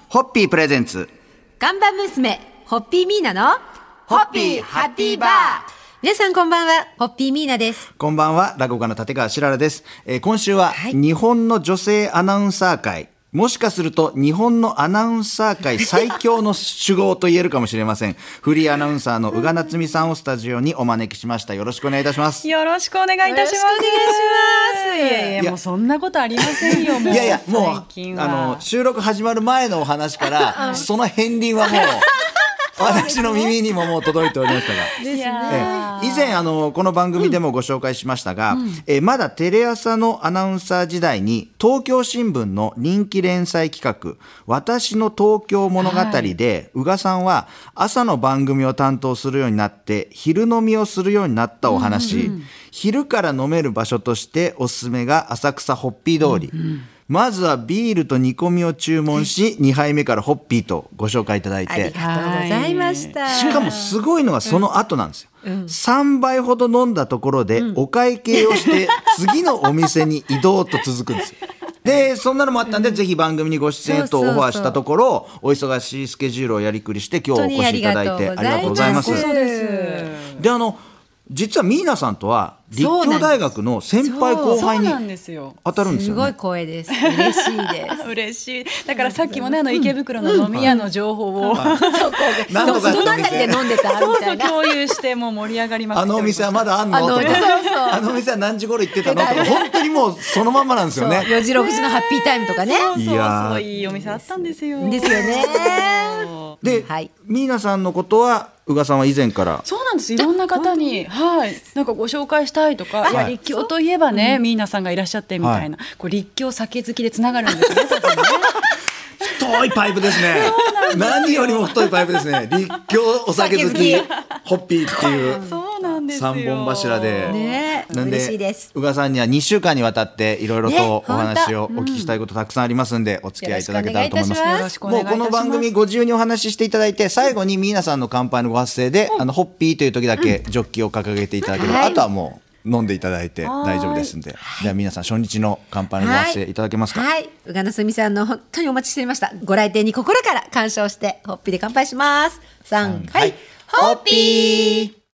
ホッピープレゼンツ看板娘ホッピーミーナのホッピーハッピーバー。 皆さんこんばんは、ホッピーミーナです。 こんばんは、落語家の立川しららです。今週は、日本の女性アナウンサー界、もしかすると日本のアナウンサー界最強の酒豪と言えるかもしれません。フリーアナウンサーの宇賀なつみさんをスタジオにお招きしました。よろしくお願いいたします。 よろしくお願いいたします。いやもうそんなことありませんよ。もういやもう最近は収録始まる前のお話からその片鱗はもう私の耳にももう届いておりましたが、以前この番組でもご紹介しましたが、まだテレ朝のアナウンサー時代に東京新聞の人気連載企画私の東京物語で、宇賀さんは朝の番組を担当するようになって昼飲みをするようになったお話、昼から飲める場所としておすすめが浅草ホッピー通り、まずはビールと煮込みを注文し、2杯目からホッピーとご紹介いただいて、 ありがとうございました。 しかもすごいのがその後なんですよ。3杯ほど飲んだところでお会計をして次のお店に移動と続くんですよ。でそんなのもあったんで、ぜひ番組にご出演とオファーしたところ、お忙しいスケジュールをやりくりして今日お越しいただいてありがとうございます。で実はミーナさんとは立教大学の先輩後輩に当たるんですよね。 すごい光栄です。嬉しいです。 嬉しい。だからさっきもね、池袋の飲み屋の情報を何とかどのあたりで飲んでたみたいな、 共有してもう盛り上がりました。 あのお店はまだあんのとか、あのお店は何時頃行ってたのとか、本当にもうそのまんまなんですよね。 4時6時のハッピータイムとかね。 そういいお店あったんですよ。 ですよね。 で、ミーナさんのことは宇賀さんは以前からそうなんです。いろんな方になんかご紹介したいとか、いや立教といえばね、ミーナさんがいらっしゃってみたいな、こう立教酒好きでつながるんですね。 太いパイプですね。何よりも太いパイプですね。立教お酒好きホッピーっていうそうなんですよ。 3本柱で、なん嬉しいです。 宇賀さんには2週間にわたっていろいろとお話をお聞きしたいことたくさんありますんで、お付き合いいただけたらと思います。 よろしくお願いいたします。 もうこの番組ご自由にお話ししていただいて、最後にミーナさんの乾杯のご発声で、ホッピーという時だけジョッキを掲げていただければ、あとはもう飲んでいただいて大丈夫ですんで、では皆さん初日の乾杯のご発声いただけますか。 宇賀なつみさんの本当にお待ちしていましたご来店に心から感謝をしてホッピーで乾杯します。3、はい、ホッピー。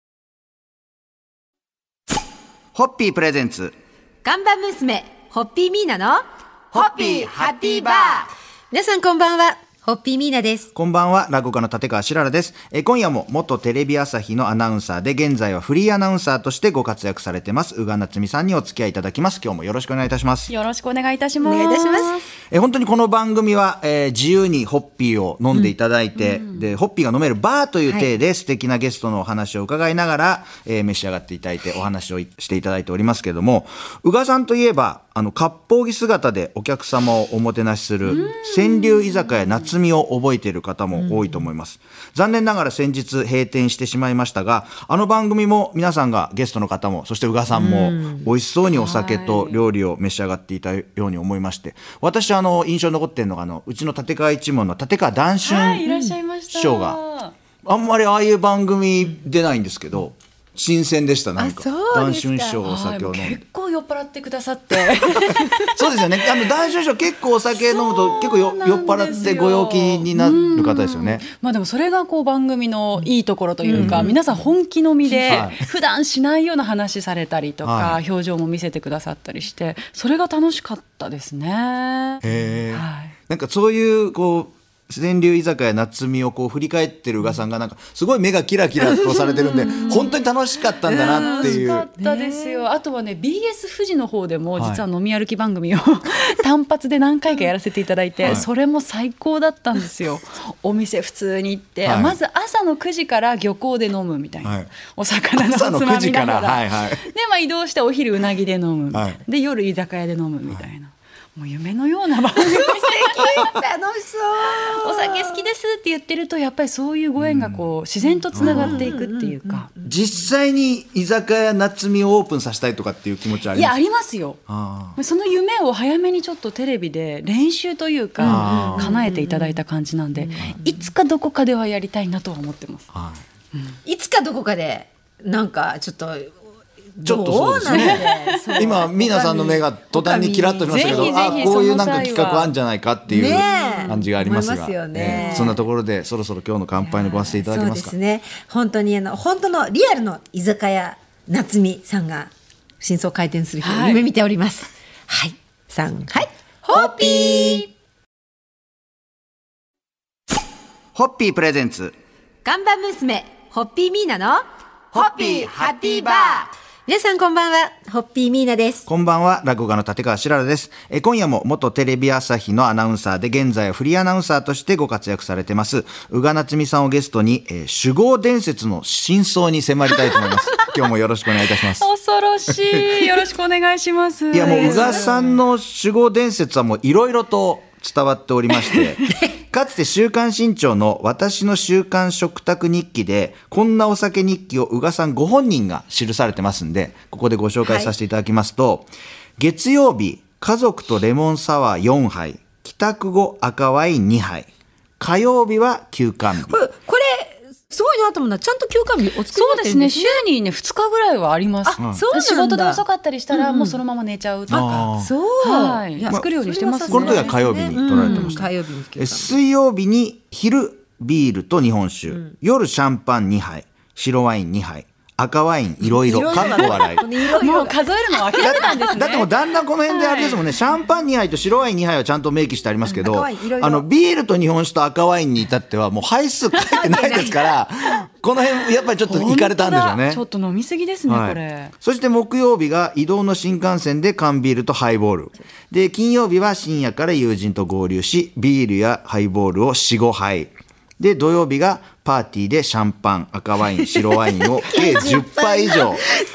ホッピープレゼンツ看板娘ホッピーミーナのホッピーハッピーバー。 皆さんこんばんは、ホッピーミーナです。 こんばんは、落語家の立川しららです。今夜も元テレビ朝日のアナウンサーで、現在はフリーアナウンサーとしてご活躍されてます宇賀なつみさんにお付き合いいただきます。今日もよろしくお願いいたします。 よろしくお願いいたします。 お願いいたします。 本当にこの番組は、自由にホッピーを飲んでいただいて、でホッピーが飲めるバーという体で、素敵なゲストのお話を伺いながら、召し上がっていただいてお話をしていただいておりますけれども、宇賀さんといえば割烹着姿でお客様をおもてなしする川柳居酒屋なつみを覚えている方も多いと思います。残念ながら先日閉店してしまいましたが、あの番組も皆さんがゲストの方もそして宇賀さんも美味しそうにお酒と料理を召し上がっていたように思いまして、私印象に残っているのがうちの立川一門の立川談春師匠が、あんまりああいう番組出ないんですけど新鮮でした。なんか談春師匠お酒を飲んで結構酔っ払ってくださってそうですよね。談春師匠結構お酒飲むと結構酔っ払ってご陽気になる方ですよね。 でもそれがこう番組のいいところというか、皆さん本気飲みで普段しないような話されたりとか、表情も見せてくださったりして、それが楽しかったですね。 なんかそういう川柳居酒屋なつみを振り返ってる宇賀さんがなんかすごい目がキラキラとされてるんで、本当に楽しかったんだなっていう。 楽しかったですよ。あとはね BS 富士の方でも実は飲み歩き番組を単発で何回かやらせていただいて、それも最高だったんですよ。お店普通に行って、まず朝の9時から漁港で飲むみたいな、お魚のつまみながら、で移動してお昼うなぎで飲む、で夜居酒屋で飲むみたいな、もう夢のような番組楽しそう。 お酒好きですって言ってると、やっぱりそういうご縁が自然とつながっていくっていうか、 実際に居酒屋なつみをオープンさせたいとかっていう気持ちありますか？ いやありますよ。その夢を早めにちょっとテレビで練習というか叶えていただいた感じなんで、いつかどこかではやりたいなとは思ってます。 いつかどこかでなんかちょっとそうですね。今ミーナさんの目が途端にキラッとしましたけど、こういうなんか企画あるんじゃないかっていう。 感じがありますが、 思いますよねそんなところでそろそろ今日の乾杯のごわせていただけますか。 そうですね。本当に本当のリアルの居酒屋夏美さんが新装開店する日を夢見ております。はい。3、はい。ホッピー。 ホッピープレゼンツ。 看板娘、ホッピーミーナのホッピーハッピーバー。 皆さんこんばんは、ホッピーミーナです。 こんばんは、落語家の立川しららです。今夜も元テレビ朝日のアナウンサーで現在はフリーアナウンサーとしてご活躍されてます宇賀なつみさんをゲストに、酒豪伝説の真相に迫りたいと思います。今日もよろしくお願いいたします。 恐ろしい。よろしくお願いします。 いやもう宇賀さんの酒豪伝説はもういろいろと伝わっておりましてかつて週刊新潮の私の週刊食卓日記でこんなお酒日記を宇賀さんご本人が記されてますんで、ここでご紹介させていただきますと、月曜日家族とレモンサワー4杯、帰宅後赤ワイン2杯、火曜日は休館日。 これすごいなと思うのはちゃんと休館日お作りになってそうですね。 るんですね。 週にね2日ぐらいはあります。 そうなんだ。 仕事で遅かったりしたらもうそのまま寝ちゃうとか。 そう。 はいいや作るようにしてますね。 この時は火曜日に取られてました。 火曜日に休館日。 水曜日に昼ビールと日本酒、夜シャンパン2杯、白ワイン2杯、赤ワインいろいろ、かっこ笑い。 もう数えるのは諦めたんですね。 だってもうだんだんこの辺であれですもんね、シャンパン2杯と白ワイン2杯はちゃんと明記してありますけど、 赤ワインいろいろビールと日本酒と赤ワインに至ってはもう杯数書いてないですからこの辺やっぱりちょっといかれたんでしょうね。 ちょっと飲みすぎですね、これ。 そして木曜日が移動の新幹線で缶ビールとハイボールで、金曜日は深夜から友人と合流しビールやハイボールを 4,5 杯で、土曜日がパーティーでシャンパン、赤ワイン、白ワインを計10杯以上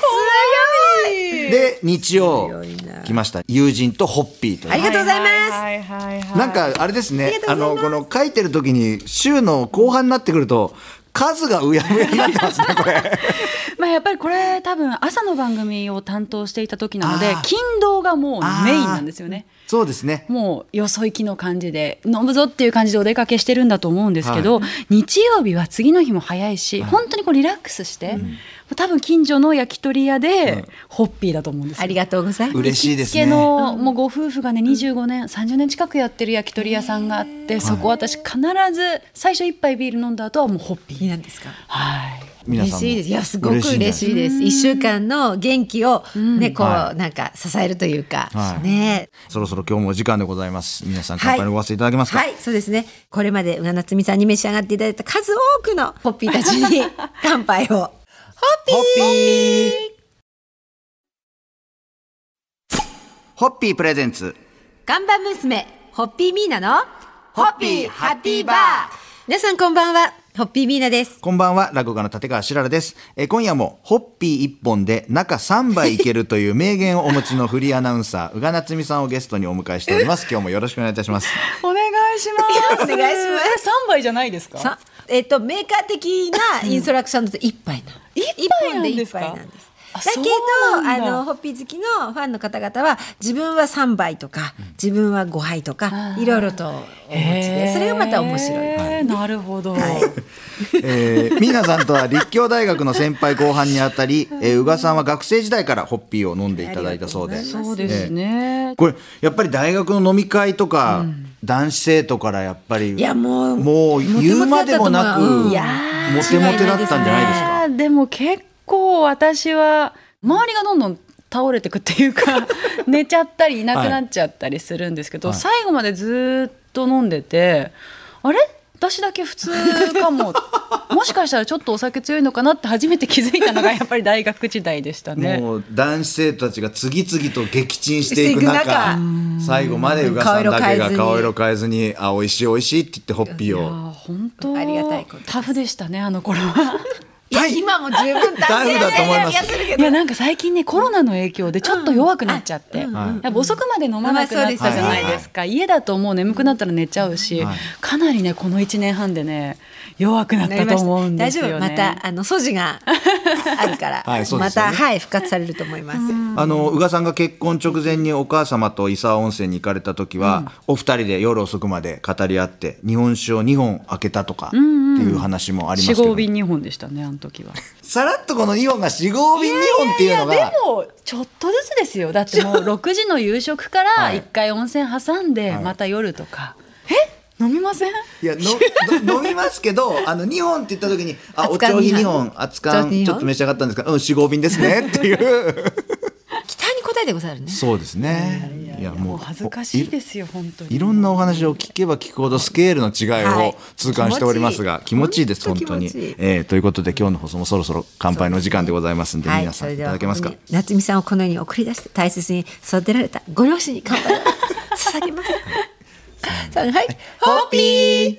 で、日曜来ました友人とホッピーという。 ありがとうございます。 はいはいはい。 なんかあれですね、この書いてる時に週の後半になってくると数がうやむやになってますねこれまあやっぱりこれ多分朝の番組を担当していた時なので金土がもうメインなんですよね。 そうですね。 もうよそ行きの感じで飲むぞっていう感じでお出かけしてるんだと思うんですけど、日曜日は次の日も早いし、本当にこうリラックスして、多分近所の焼き鳥屋でホッピーだと思うんですよ。 ありがとうございます。 嬉しいですね。 行きつけのもうご夫婦がね25年30年近くやってる焼き鳥屋さんがあって、そこ私必ず最初一杯ビール飲んだ後はもうホッピーなんですか。 はい。 皆さんも嬉しいです。いやすごく嬉しいです。1週間の元気をねこうなんか支えるというかね。 そろそろ今日もお時間でございます。皆さん乾杯のごわせていただけますか。 はい、そうですね。これまで宇賀なつみさんに召し上がっていただいた数多くのホッピーたちに乾杯を。ホッピー。 ホッピープレゼンツ。 看板娘ホッピーミーナのホッピーハッピーバー。 皆さんこんばんは、ホッピーミーナです。 こんばんは、落語家の立川しららです。今夜もホッピー1本で中3杯いけるという名言をお持ちのフリーアナウンサー宇賀なつみさんをゲストにお迎えしております。今日もよろしくお願いいたします。 お願いします。 お願いします 3杯じゃないですか。 メーカー的なインストラクションだと1杯なの。 一杯なんですか。 一本で1杯なんです。だそうけなんだどホッピー好きのファンの方々は自分は3杯とか自分は5杯とかいろいろとお持ちで、それがまた面白い。 なるほど。 はい。 ミーナさんとは立教大学の先輩後輩にあたり、宇賀さんは学生時代からホッピーを飲んでいただいたそうで、 そうですね。 これやっぱり大学の飲み会とか、男子生徒からやっぱりいやもう言うまでもなくモいやテモテだったんじゃないですか。 でも結構私は周りがどんどん倒れてくっていうか寝ちゃったりいなくなっちゃったりするんですけど、最後までずっと飲んでて、あれ私だけ普通かももしかしたらちょっとお酒強いのかなって初めて気づいたのがやっぱり大学時代でしたね。 もう男子生徒たちが次々と撃沈していく中、最後まで宇賀さんだけが顔色変えずに美味しい美味しいって言ってホッピーを。 本当ありがたいことです。 タフでしたねあの頃は。 いや今も十分タフだと思います。 いやなんか最近ねコロナの影響でちょっと弱くなっちゃって、やっぱ遅くまで飲まなくなったじゃないですか。家だともう眠くなったら寝ちゃうし、かなりねこの1年半でね弱くなったと思うんですよね。 大丈夫、また素地があるからまた復活されると思います。 宇賀さんが結婚直前にお母様と伊沢温泉に行かれた時は、お二人で夜遅くまで語り合って日本酒を2本開けたとかっていう話もありますけど、 4合瓶2本でしたねあの時は。 さらっとこの2本が4合瓶2本っていうのがでもちょっとずつですよ。だってもう6時の夕食から1回温泉挟んでまた夜とか、 飲みません？ いや飲みますけど2本って言った時にお熱燗茶2本熱燗ちょっと召し上がったんですか4、5瓶ですねっていう期待に応えてござるね。 そうですね。いやもう恥ずかしいですよ本当に。 いろんなお話を聞けば聞くほどスケールの違いを痛感しておりますが、気持ちいいです本当に。ということで今日の放送もそろそろ乾杯の時間でございますんで、皆さんいただけますか。 夏美さんをこのように送り出して大切に育てられたご両親に乾杯を捧げます。はい、ホッピー。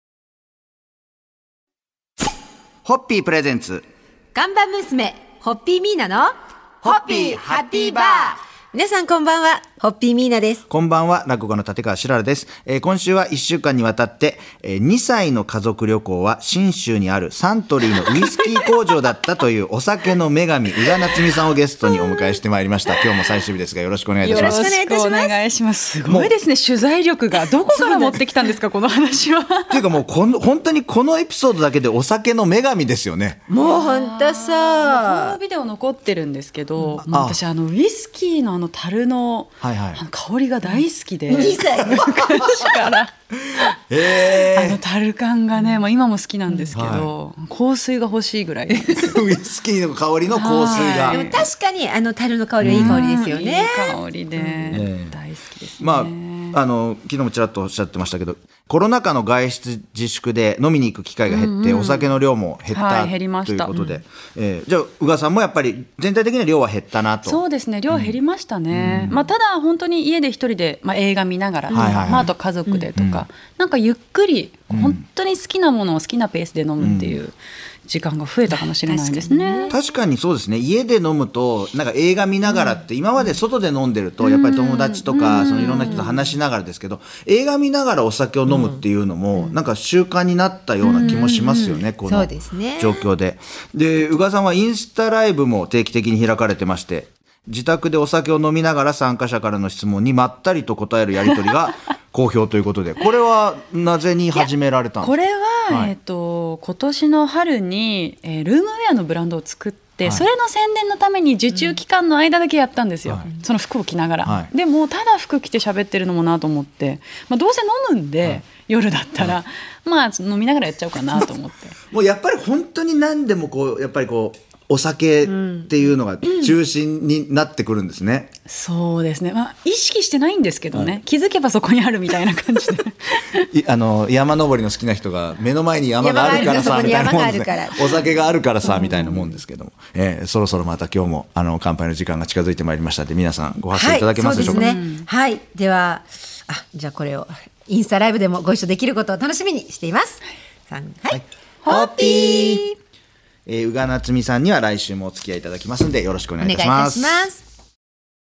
ホッピープレゼンツ看板娘ホッピーミーナのホッピーハッピーバー。 皆さんこんばんは、ホッピーミーナです。 こんばんは、落語家の立川しららです。今週は1週間にわたって、2歳の家族旅行は信州にあるサントリーのウイスキー工場だったというお酒の女神宇賀なつみさんをゲストにお迎えしてまいりました。今日も最終日ですがよろしくお願いいたします。 よろしくお願いいたします。 すごいですね、取材力が。どこから持ってきたんですかこの話は。 っていうかもう本当にこのエピソードだけでお酒の女神ですよね。 もう本当さ、 このビデオ残ってるんですけど、もう私ウイスキーの樽の、香りが大好きで、 2歳昔から樽感がね、今も好きなんですけど、香水が欲しいぐらいなんですよ。 ウイスキーの香りの香水が。 でも確かに樽の香りはいい香りですよね。 いい香りで、大好きですね。 昨日もちらっとおっしゃってましたけど、コロナ禍の外出自粛で飲みに行く機会が減って、お酒の量も減ったということで、じゃあ宇賀さんもやっぱり全体的に量は減ったなと。 そうですね、量減りましたね。ただ本当に家で一人で、映画見ながらとか、あと家族でとか、なんかゆっくり本当に好きなものを好きなペースで飲むっていう時間が増えたかもしれないですね。 確かにそうですね。家で飲むとなんか映画見ながらって、今まで外で飲んでるとやっぱり友達とかいろんな人と話しながらですけど、映画見ながらお酒を飲むっていうのもなんか習慣になったような気もしますよね、この状況で。で宇賀さんはインスタライブも定期的に開かれてまして、自宅でお酒を飲みながら参加者からの質問にまったりと答えるやり取りが好評ということで、これはなぜに始められたんですか？ これは、今年の春に、ルームウェアのブランドを作って、それの宣伝のために受注期間の間だけやったんですよ、その服を着ながら、でもただ服着て喋ってるのもなと思って、どうせ飲むんで、夜だったら、飲みながらやっちゃおうかなと思ってもうやっぱり本当に何でもやっぱりお酒っていうのが中心になってくるんですね。 そうですね、意識してないんですけどね、気づけばそこにあるみたいな感じで山登りの好きな人が目の前に山があるからさみたいなもんですね。お酒があるからさみたいなもんですけども、そろそろまた今日も乾杯の時間が近づいてまいりましたので、皆さんご発声いただけますでしょうか。 そうですね。はい、ではじゃあこれをインスタライブでもご一緒できることを楽しみにしています。 ホッピー。宇賀なつみさんには来週もお付き合いいただきますのでよろしくお願いいたします。